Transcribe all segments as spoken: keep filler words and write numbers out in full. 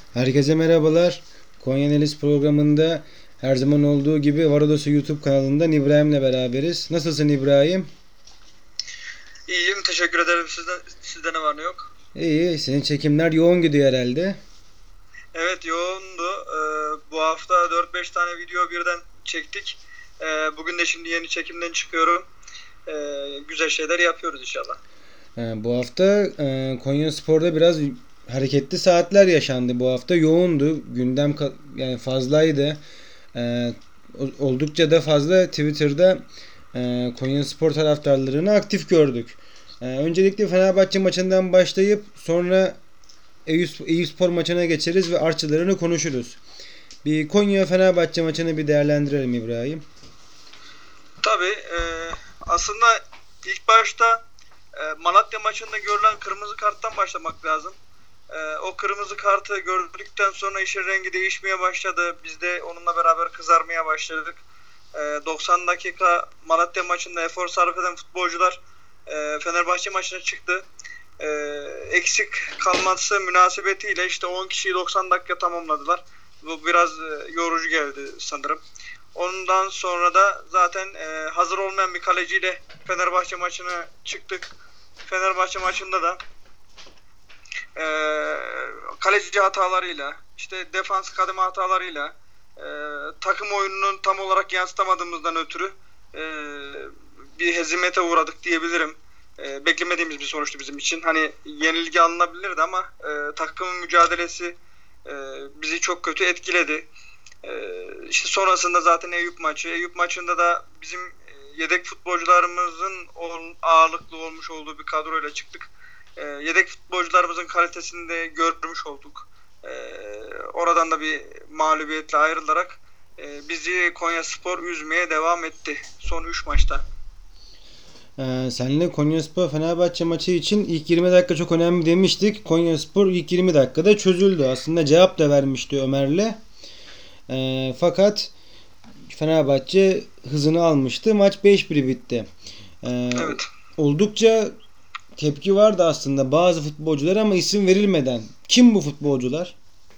Herkese merhabalar. Konya Analiz programında her zaman olduğu gibi Varodosu YouTube kanalından İbrahim'le beraberiz. Nasılsın İbrahim? İyiyim, teşekkür ederim. Sizde, sizde ne var ne yok? İyi. Senin çekimler yoğun gidiyor herhalde. Evet, yoğundu. Ee, bu hafta dört beş tane video birden çektik. Ee, bugün de şimdi yeni çekimden çıkıyorum. Ee, güzel şeyler yapıyoruz inşallah. Ee, bu hafta e, Konyaspor'da biraz hareketli saatler yaşandı. Bu hafta yoğundu. Gündem ka- yani fazlaydı. Ee, o- Oldukça da fazla Twitter'da e, Konyaspor taraftarlarını aktif gördük. Ee, öncelikle Fenerbahçe maçından başlayıp sonra Eyüp, Eyüpspor maçına geçeriz ve artçılarını konuşuruz. Bir Konya Fenerbahçe maçını bir değerlendirelim İbrahim. Tabii, e, aslında ilk başta e, Malatya maçında görülen kırmızı karttan başlamak lazım. E, o kırmızı kartı gördükten sonra işin rengi değişmeye başladı. Biz de onunla beraber kızarmaya başladık. E, doksan dakika Malatya maçında efor sarf eden futbolcular e, Fenerbahçe maçına çıktı. E, Eksik kalması münasebetiyle işte on kişiyi doksan dakika tamamladılar. Bu biraz e, yorucu geldi sanırım. Ondan sonra da zaten e, hazır olmayan bir kaleciyle Fenerbahçe maçına çıktık. Fenerbahçe maçında da e, kaleci hatalarıyla, işte defans kademe hatalarıyla, e, takım oyununun tam olarak yansıtamadığımızdan ötürü e, bir hezimete uğradık diyebilirim. E, beklemediğimiz bir sonuçtu bizim için. Hani yenilgi alınabilirdi ama e, takımın mücadelesi e, bizi çok kötü etkiledi. Ee, işte sonrasında zaten Eyüp maçı. Eyüp maçında da bizim e, yedek futbolcularımızın ağırlıklı olmuş olduğu bir kadroyla çıktık. Ee, yedek futbolcularımızın kalitesini de görmüş olduk. Ee, oradan da bir mağlubiyetle ayrılarak e, bizi Konyaspor üzmeye devam etti son üç maçta. Ee, senle Konyaspor Fenerbahçe maçı için ilk yirmi dakika çok önemli demiştik. Konyaspor ilk yirmi dakikada çözüldü. Aslında cevap da vermişti Ömer'le. Ee, fakat Fenerbahçe hızını almıştı. Maç beş bir bitti. Ee, Evet. Oldukça tepki vardı aslında bazı futbolcular ama isim verilmeden. Kim bu futbolcular?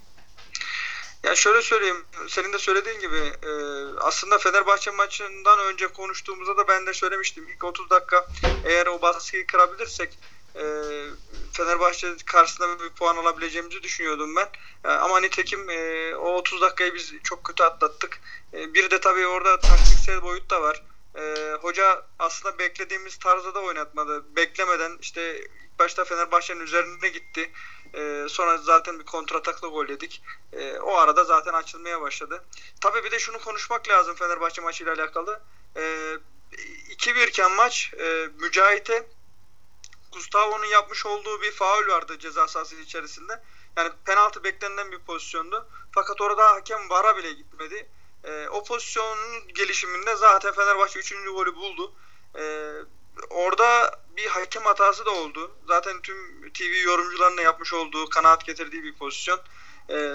Ya şöyle söyleyeyim, senin de söylediğin gibi e, aslında Fenerbahçe maçından önce konuştuğumuzda da ben de söylemiştim. İlk otuz dakika eğer o baskıyı kırabilirsek e, Fenerbahçe karşısında bir puan alabileceğimizi düşünüyordum ben. E, ama nitekim e, o otuz dakikayı biz çok kötü atlattık. E, bir de tabii orada taktiksel boyut da var. E, hoca aslında beklediğimiz tarzda da oynatmadı. Beklemeden işte ilk başta Fenerbahçe'nin üzerine gitti. E, sonra zaten bir kontratakla gol yedik. E, o arada zaten açılmaya başladı. Tabii bir de şunu konuşmak lazım Fenerbahçe maçıyla alakalı. E, iki bir iken maç e, Mücahit'e Gustavo'nun yapmış olduğu bir faul vardı ceza sahası içerisinde. Yani penaltı beklenilen bir pozisyondu. Fakat orada hakem VAR'a bile gitmedi. E, o pozisyonun gelişiminde zaten Fenerbahçe üçüncü golü buldu. E, Orada bir hakem hatası da oldu. Zaten tüm T V yorumcularının yapmış olduğu, kanaat getirdiği bir pozisyon. E,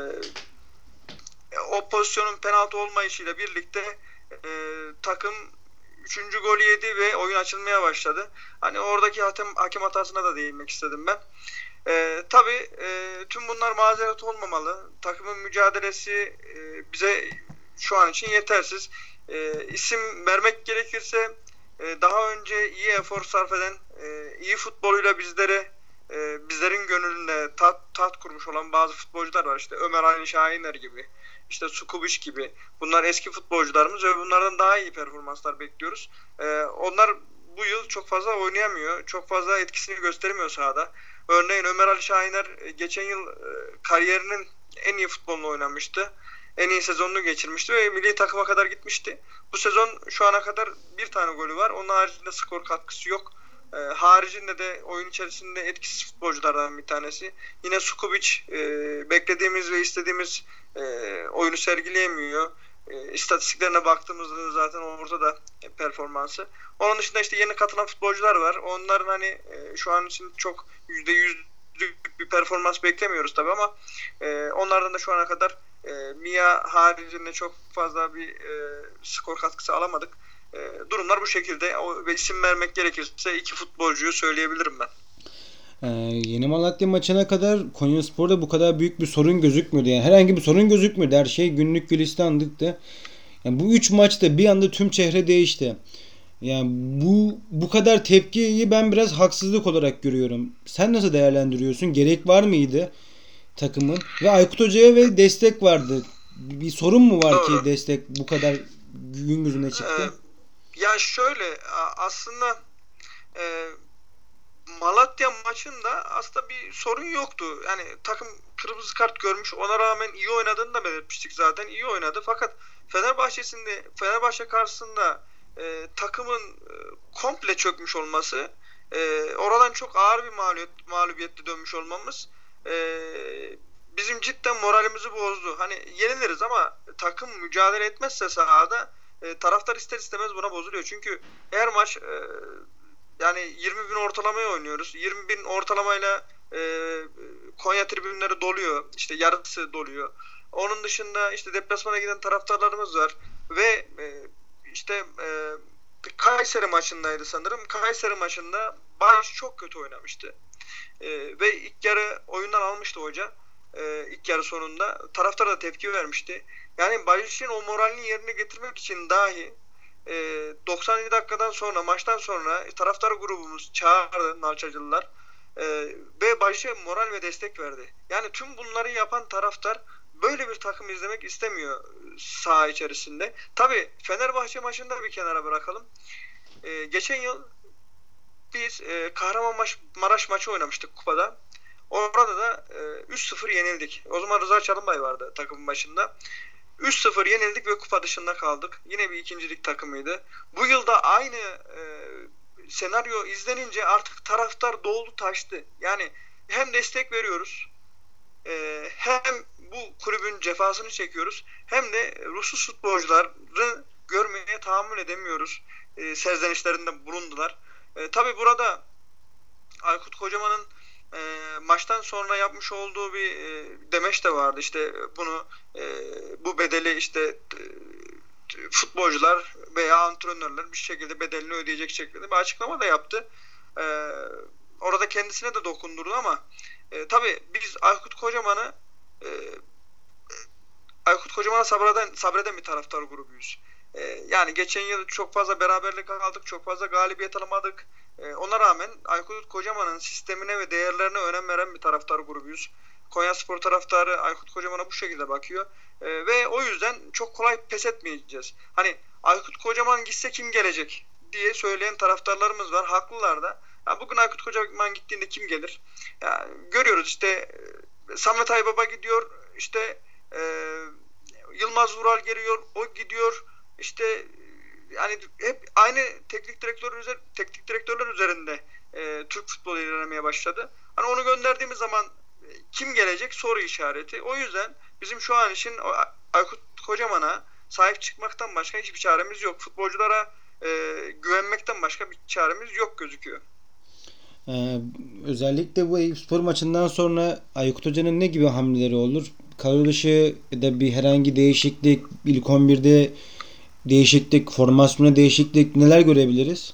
O pozisyonun penaltı olmayışıyla birlikte e, takım üçüncü golü yedi ve oyun açılmaya başladı. Hani oradaki hakem, hakem hatasına da değinmek istedim ben. E, tabii e, tüm bunlar mazeret olmamalı. Takımın mücadelesi e, bize şu an için yetersiz. E, isim vermek gerekirse e, daha önce iyi efor sarf eden, e, iyi futboluyla bizlere e, bizlerin gönlünde tat, tat kurmuş olan bazı futbolcular var. İşte Ömer Ali Şahiner gibi, işte Sukubic gibi. Bunlar eski futbolcularımız ve bunlardan daha iyi performanslar bekliyoruz. E, onlar bu yıl çok fazla oynayamıyor. Çok fazla etkisini göstermiyor sahada. Örneğin Ömer Ali Şahiner e, geçen yıl e, kariyerinin en iyi futbolunu oynamıştı. En iyi sezonunu geçirmişti ve milli takıma kadar gitmişti. Bu sezon şu ana kadar bir tane golü var. Onun haricinde skor katkısı yok. E, haricinde de oyun içerisinde etkisiz futbolculardan bir tanesi. Yine Sukubic e, beklediğimiz ve istediğimiz e, oyunu sergileyemiyor. E, istatistiklerine baktığımızda zaten ortada e, performansı. Onun dışında işte yeni katılan futbolcular var. Onların hani e, şu an için çok yüzde yüzlük bir performans beklemiyoruz tabii ama e, onlardan da şu ana kadar e, Mia haricinde çok fazla bir e, skor katkısı alamadık. E, durumlar bu şekilde. O, ve isim vermek gerekirse iki futbolcuyu söyleyebilirim ben. Ee, Yeni Malatya maçına kadar Konyaspor'da bu kadar büyük bir sorun gözükmüyordu. Yani herhangi bir sorun gözükmüyordu. Her şey günlük gülistanlıktı. Yani bu üç maçta bir anda tüm çehre değişti. Yani bu bu kadar tepkiyi ben biraz haksızlık olarak görüyorum. Sen nasıl değerlendiriyorsun? Gerek var mıydı takımın? Ve Aykut Hoca'ya ve destek vardı. Bir sorun mu var ki Doğru. destek bu kadar gün yüzüne Ee, çıktı? Ya şöyle a- aslında e, Malatya maçında aslında bir sorun yoktu. Yani takım kırmızı kart görmüş. Ona rağmen iyi oynadığını da belirtmiştik zaten. İyi oynadı. Fakat Fenerbahçe'sinde Fenerbahçe karşısında e, takımın e, komple çökmüş olması, e, oradan çok ağır bir mağlubiyet, mağlubiyetle dönmüş olmamız e, bizim cidden moralimizi bozdu. Hani yeniliriz ama takım mücadele etmezse sahada e, taraftar ister istemez buna bozuluyor. Çünkü eğer maç e, yani yirmi bin ortalamaya oynuyoruz. yirmi bin ortalamayla e, Konya tribünleri doluyor. İşte yarısı doluyor. Onun dışında işte deplasmana giden taraftarlarımız var. Ve e, işte e, Kayseri maçındaydı sanırım. Kayseri maçında Bayiş çok kötü oynamıştı. E, ve ilk yarı oyundan almıştı hoca. E, ilk yarı sonunda. Taraftar da tepki vermişti. Yani Bayiş'in o moralini yerine getirmek için dahi e, doksan yedi dakikadan sonra, maçtan sonra taraftar grubumuz çağırdı Nalçacılılar. E, Ve Bayiş'e moral ve destek verdi. Yani tüm bunları yapan taraftar böyle bir takım izlemek istemiyor saha içerisinde. Tabii Fenerbahçe maçını da bir kenara bırakalım. E, geçen yıl biz e, Kahramanmaraş maçı oynamıştık kupada. Orada da e, üç sıfır yenildik. O zaman Rıza Çalınbay vardı takımın başında. üç sıfır yenildik ve kupa dışında kaldık. Yine bir ikincilik takımıydı. Bu yılda aynı e, senaryo izlenince artık taraftar doldu taştı. Yani hem destek veriyoruz, e, hem bu kulübün cefasını çekiyoruz, hem de Rusuz futbolcuları görmeye tahammül edemiyoruz. E, serzenişlerinde bulundular. E, tabii burada Aykut Kocaman'ın e, maçtan sonra yapmış olduğu bir e, demeç de vardı. İşte bunu e, bu bedeli işte e, futbolcular veya antrenörler bir şekilde bedelini ödeyecek şekilde bir açıklama da yaptı. E, Orada kendisine de dokundurdu ama e, tabii biz Aykut Kocaman'ı e, Aykut Kocaman'a sabreden, sabreden bir taraftar grubuyuz. Ee, yani geçen yıl çok fazla beraberlik aldık, çok fazla galibiyet alamadık. Ee, ona rağmen Aykut Kocaman'ın sistemine ve değerlerine önem veren bir taraftar grubuyuz. Konyaspor taraftarı Aykut Kocaman'a bu şekilde bakıyor. Ee, ve o yüzden çok kolay pes etmeyeceğiz. Hani Aykut Kocaman gitse kim gelecek diye söyleyen taraftarlarımız var. Haklılar da. Ya bugün Aykut Kocaman gittiğinde kim gelir? Ya görüyoruz işte Samet Aybaba gidiyor, işte e, Yılmaz Vural geliyor, o gidiyor. İşte yani hep aynı teknik direktör üzeri, teknik direktörler üzerinde e, Türk futbolu ilerlemeye başladı. Hani onu gönderdiğimiz zaman e, kim gelecek soru işareti. O yüzden bizim şu an için Aykut Kocaman'a sahip çıkmaktan başka hiçbir çaremiz yok. Futbolculara e, güvenmekten başka bir çaremiz yok gözüküyor. Ee, Özellikle bu Eyüpspor maçından sonra Aykut Hoca'nın ne gibi hamleleri olur? Kadro dışı ya da bir herhangi değişiklik, ilk on birde değişiklik, formasyona değişiklik neler görebiliriz?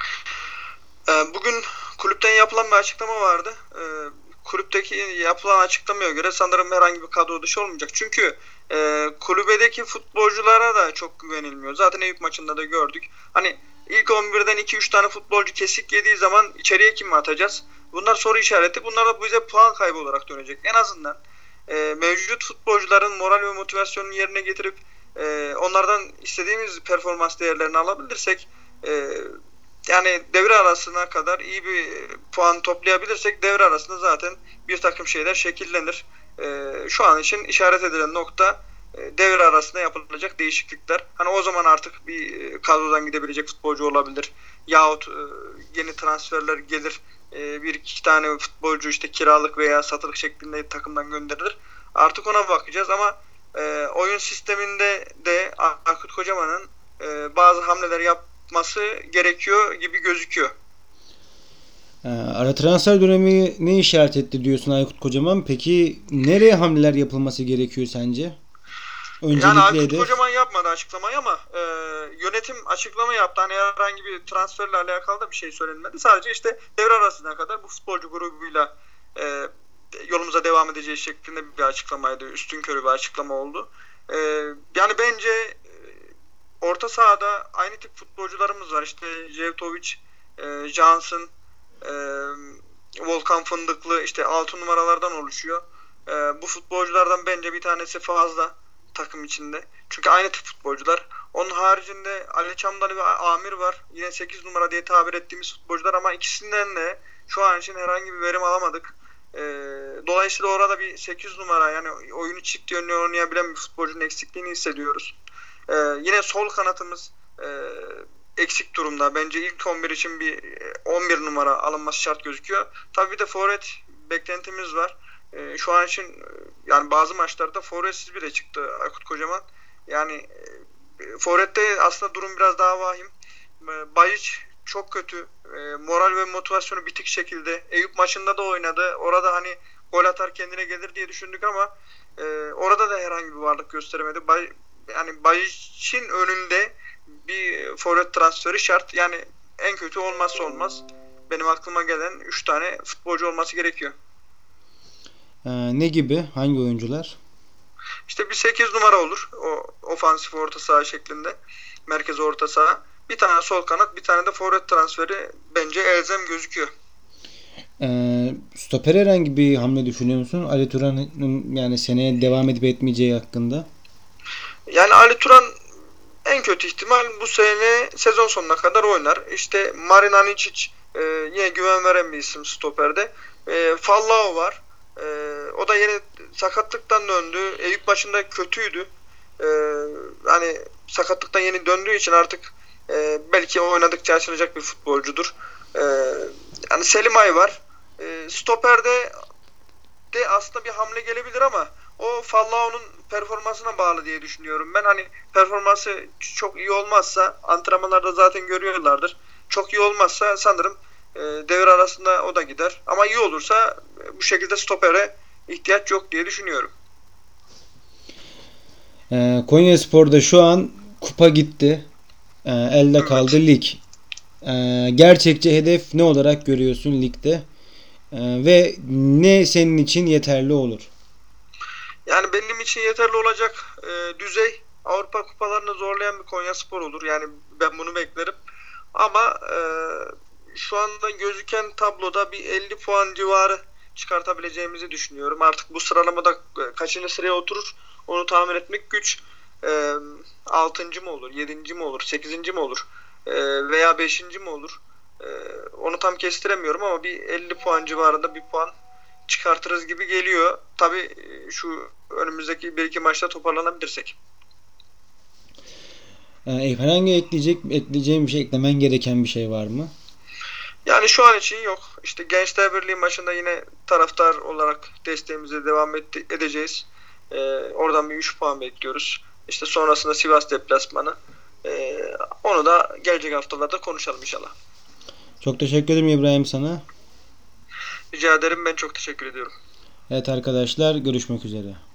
Ee, Bugün kulüpten yapılan bir açıklama vardı. Ee, Kulüpteki yapılan açıklamaya göre sanırım herhangi bir kadro dışı olmayacak. Çünkü e, kulübedeki futbolculara da çok güvenilmiyor. Zaten Eyüp maçında da gördük. Hani ilk on birden iki üç tane futbolcu kesik yediği zaman içeriye kimi atacağız? Bunlar soru işareti. Bunlar da bize puan kaybı olarak dönecek. En azından e, mevcut futbolcuların moral ve motivasyonunu yerine getirip e, onlardan istediğimiz performans değerlerini alabilirsek, e, yani devre arasına kadar iyi bir puan toplayabilirsek devre arasında zaten bir takım şeyler şekillenir. Ee, şu an için işaret edilen nokta e, devre arasında yapılacak değişiklikler. Hani o zaman artık bir e, kadrodan gidebilecek futbolcu olabilir. Yahut e, yeni transferler gelir. E, bir iki tane futbolcu işte kiralık veya satılık şeklinde takımdan gönderilir. Artık ona bakacağız ama e, oyun sisteminde de Aykut Kocaman'ın e, bazı hamleler yapması gerekiyor gibi gözüküyor. Ee, ara transfer dönemi ne işaret etti diyorsun Aykut Kocaman? Peki nereye hamleler yapılması gerekiyor sence? Yani Öncelikli Aykut hedef. Kocaman yapmadı açıklamayı ama e, yönetim açıklama yaptı. Hani herhangi bir transferle alakalı da bir şey söylenmedi. Sadece işte devre arasına kadar bu futbolcu grubuyla e, yolumuza devam edeceğiz şeklinde bir açıklamaydı. Üstünkörü bir açıklama oldu. E, yani bence e, orta sahada aynı tip futbolcularımız var. İşte Jevtovic, e, Johnson, e, Volkan Fındıklı, işte altı numaralardan oluşuyor. E, bu futbolculardan bence bir tanesi fazla takım içinde. Çünkü aynı tip futbolcular. Onun haricinde Ali Çamdali ve Amir var. Yine sekiz numara diye tabir ettiğimiz futbolcular ama ikisinden de şu an için herhangi bir verim alamadık. E, dolayısıyla orada bir sekiz numara, yani oyunu çift yönlü oynayabilen bir futbolcunun eksikliğini hissediyoruz. E, yine sol kanatımız e, eksik durumda. Bence ilk on bir için bir on bir numara alınması şart gözüküyor. Tabii bir de forvet beklentimiz var. E, şu an için e, yani bazı maçlarda forvetsiz bile çıktı Aykut Kocaman. Yani e, forvette aslında durum biraz daha vahim. E, Bayiç çok kötü. E, moral ve motivasyonu bitik şekilde. Eyüp maçında da oynadı. Orada hani gol atar kendine gelir diye düşündük ama e, orada da herhangi bir varlık gösteremedi. Bay, yani Bayiç'in önünde bir forvet transferi şart. Yani en kötü olmazsa olmaz. Benim aklıma gelen üç tane futbolcu olması gerekiyor. Ee, ne gibi? Hangi oyuncular? İşte bir sekiz numara olur. O ofansif orta saha şeklinde. Merkez orta saha. Bir tane sol kanat, bir tane de forvet transferi bence elzem gözüküyor. Ee, stoper herhangi bir hamle düşünüyor musun? Ali Turan'ın yani seneye devam edip etmeyeceği hakkında. Yani Ali Turan en kötü ihtimal bu sene sezon sonuna kadar oynar. İşte Marin Anicic e, yine güven veren bir isim stoperde. E, Falcao var. E, o da yeni sakatlıktan döndü. Eyüp maçında kötüydü. E, hani sakatlıktan yeni döndüğü için artık e, belki oynadıkça açılacak bir futbolcudur. E, yani Selimay var. E, stoperde de aslında bir hamle gelebilir ama o Falcao'nun performansına bağlı diye düşünüyorum. Ben hani performansı çok iyi olmazsa, antrenmanlarda zaten görüyorlardır. Çok iyi olmazsa sanırım e, devre arasında o da gider. Ama iyi olursa e, bu şekilde stopere ihtiyaç yok diye düşünüyorum. Ee, Konyaspor'da şu an kupa gitti. Ee, elde kaldı Evet. lig. Ee, gerçekçi hedef ne olarak görüyorsun ligde? Ee, ve ne senin için yeterli olur? Yani benim için yeterli olacak e, düzey Avrupa kupalarını zorlayan bir Konyaspor olur. Yani ben bunu beklerim. Ama e, şu anda gözüken tabloda bir elli puan civarı çıkartabileceğimizi düşünüyorum. Artık bu sıralamada e, kaçıncı sıraya oturur onu tahmin etmek güç. E, altıncı mı olur, yedinci mi olur, sekizinci mi olur e, veya beşinci mi olur? E, onu tam kestiremiyorum ama bir elli puan civarında bir puan çıkartırız gibi geliyor. Tabii şu önümüzdeki bir iki maçta toparlanabilirsek. Ee, herhangi ekleyecek ekleyeceğim bir şey, eklemen gereken bir şey var mı? Yani şu an için yok. İşte Gençler Birliği maçında yine taraftar olarak desteğimize devam et- edeceğiz. Ee, oradan bir üç puan bekliyoruz. İşte sonrasında Sivas deplasmanı. Ee, onu da gelecek haftalarda konuşalım inşallah. Çok teşekkür ederim İbrahim sana. Rica ederim, ben çok teşekkür ediyorum. Evet arkadaşlar, görüşmek üzere.